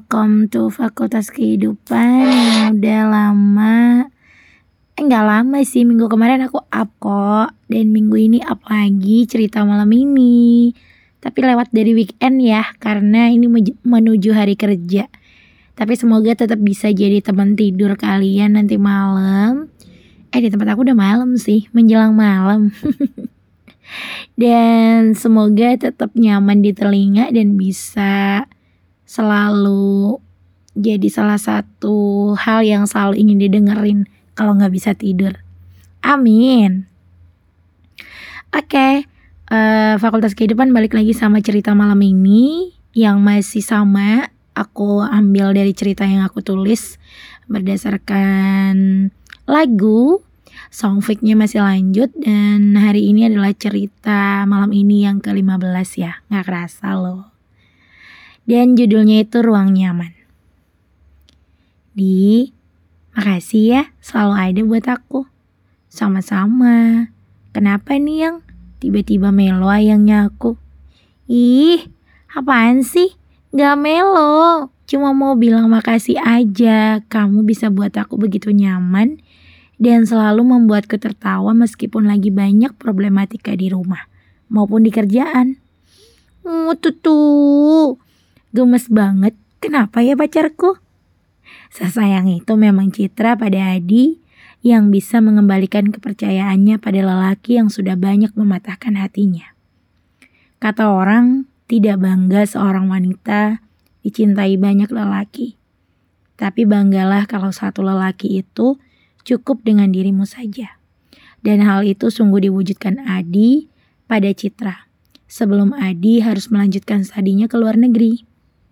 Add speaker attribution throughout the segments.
Speaker 1: welcome to Fakultas Kehidupan yang udah lama. Nggak lama sih, minggu kemarin aku up kok. Dan minggu ini up lagi cerita malam ini. Tapi lewat dari weekend ya, karena ini menuju hari kerja. Tapi semoga tetap bisa jadi teman tidur kalian nanti malam. Di tempat aku udah malam sih, menjelang malam. Dan semoga tetap nyaman di telinga dan bisa selalu jadi salah satu hal yang selalu ingin didengerin kalau gak bisa tidur. Amin. Oke, Fakultas Kehidupan balik lagi sama cerita malam ini yang masih sama. Aku ambil dari cerita yang aku tulis berdasarkan lagu. Songficnya masih lanjut dan hari ini adalah cerita malam ini yang ke-15 ya. Gak kerasa loh. Dan judulnya itu Ruang Nyaman. Makasih ya selalu ada buat aku. Sama-sama. Kenapa nih yang tiba-tiba melo ayangnya aku? Apaan sih? Gak melo. Cuma mau bilang makasih aja. Kamu bisa buat aku begitu nyaman dan selalu membuatku tertawa meskipun lagi banyak problematika di rumah maupun di kerjaan. Tuh. Gemes banget. Kenapa ya pacarku? Sesayang itu memang Citra pada Adi yang bisa mengembalikan kepercayaannya pada lelaki yang sudah banyak mematahkan hatinya. Kata orang, tidak bangga seorang wanita dicintai banyak lelaki. Tapi banggalah kalau satu lelaki itu cukup dengan dirimu saja. Dan hal itu sungguh diwujudkan Adi pada Citra. Sebelum Adi harus melanjutkan studinya ke luar negeri.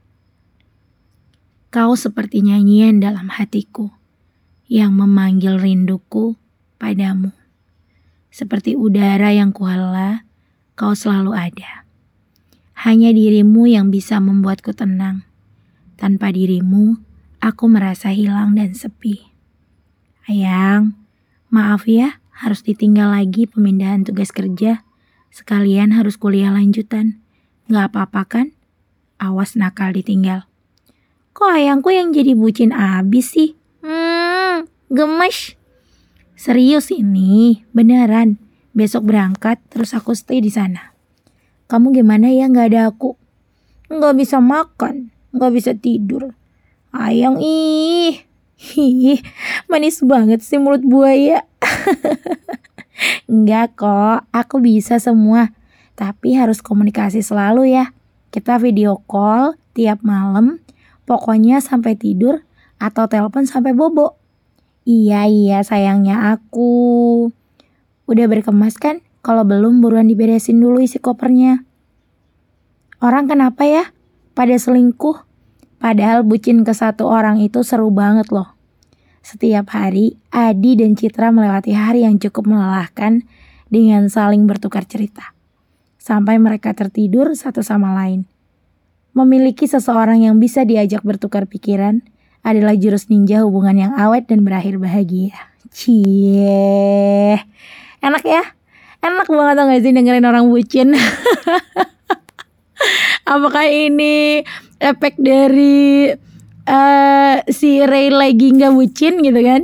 Speaker 1: Kau seperti nyanyian dalam hatiku yang memanggil rinduku padamu. Seperti udara yang kuhala, kau selalu ada. Hanya dirimu yang bisa membuatku tenang. Tanpa dirimu, aku merasa hilang dan sepi. Ayang, maaf ya harus ditinggal lagi pemindahan tugas kerja. Sekalian harus kuliah lanjutan. Gak apa-apa kan? Awas nakal ditinggal. Kok ayangku yang jadi bucin abis sih? Gemes. Serius ini, beneran. Besok berangkat terus aku stay di sana. Kamu gimana ya gak ada aku? Gak bisa makan, gak bisa tidur. Ayang manis banget sih mulut buaya. Enggak kok, aku bisa semua. Tapi harus komunikasi selalu ya. Kita video call tiap malam. Pokoknya sampai tidur atau telepon sampai bobo. Iya sayangnya aku. Udah berkemas kan? Kalau belum buruan diberesin dulu isi kopernya. Orang kenapa ya? Pada selingkuh. Padahal bucin ke satu orang itu seru banget loh. Setiap hari Adi dan Citra melewati hari yang cukup melelahkan dengan saling bertukar cerita. Sampai mereka tertidur satu sama lain. Memiliki seseorang yang bisa diajak bertukar pikiran adalah jurus ninja hubungan yang awet dan berakhir bahagia. Cie, enak ya? Enak banget tau gak sih dengerin orang bucin? Apakah ini efek dari si Ray lagi gak bucin gitu kan?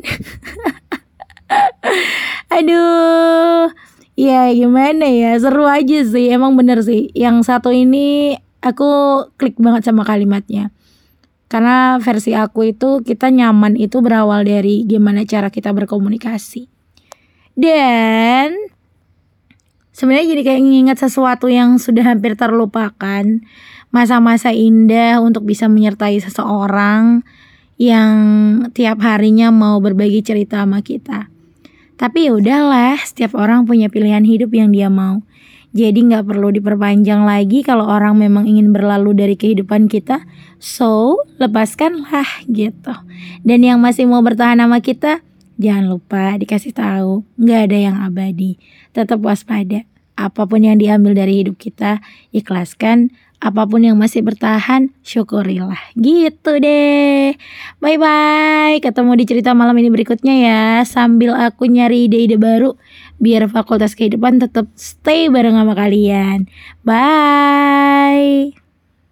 Speaker 1: Aduh, ya gimana ya, seru aja sih, emang bener sih. Yang satu ini aku klik banget sama kalimatnya. Karena versi aku itu kita nyaman itu berawal dari gimana cara kita berkomunikasi. Dan sebenarnya jadi kayak nginget sesuatu yang sudah hampir terlupakan. Masa-masa indah untuk bisa menyertai seseorang yang tiap harinya mau berbagi cerita sama kita. Tapi ya udahlah, setiap orang punya pilihan hidup yang dia mau. Jadi gak perlu diperpanjang lagi kalau orang memang ingin berlalu dari kehidupan kita. So, lepaskanlah gitu. Dan yang masih mau bertahan sama kita, jangan lupa dikasih tahu, gak ada yang abadi. Tetap waspada. Apapun yang diambil dari hidup kita, ikhlaskan. Apapun yang masih bertahan, syukurilah. Gitu deh. Bye-bye. Ketemu di cerita malam ini berikutnya ya. Sambil aku nyari ide-ide baru. Biar Fakultas Kehidupan tetap stay bareng sama kalian. Bye.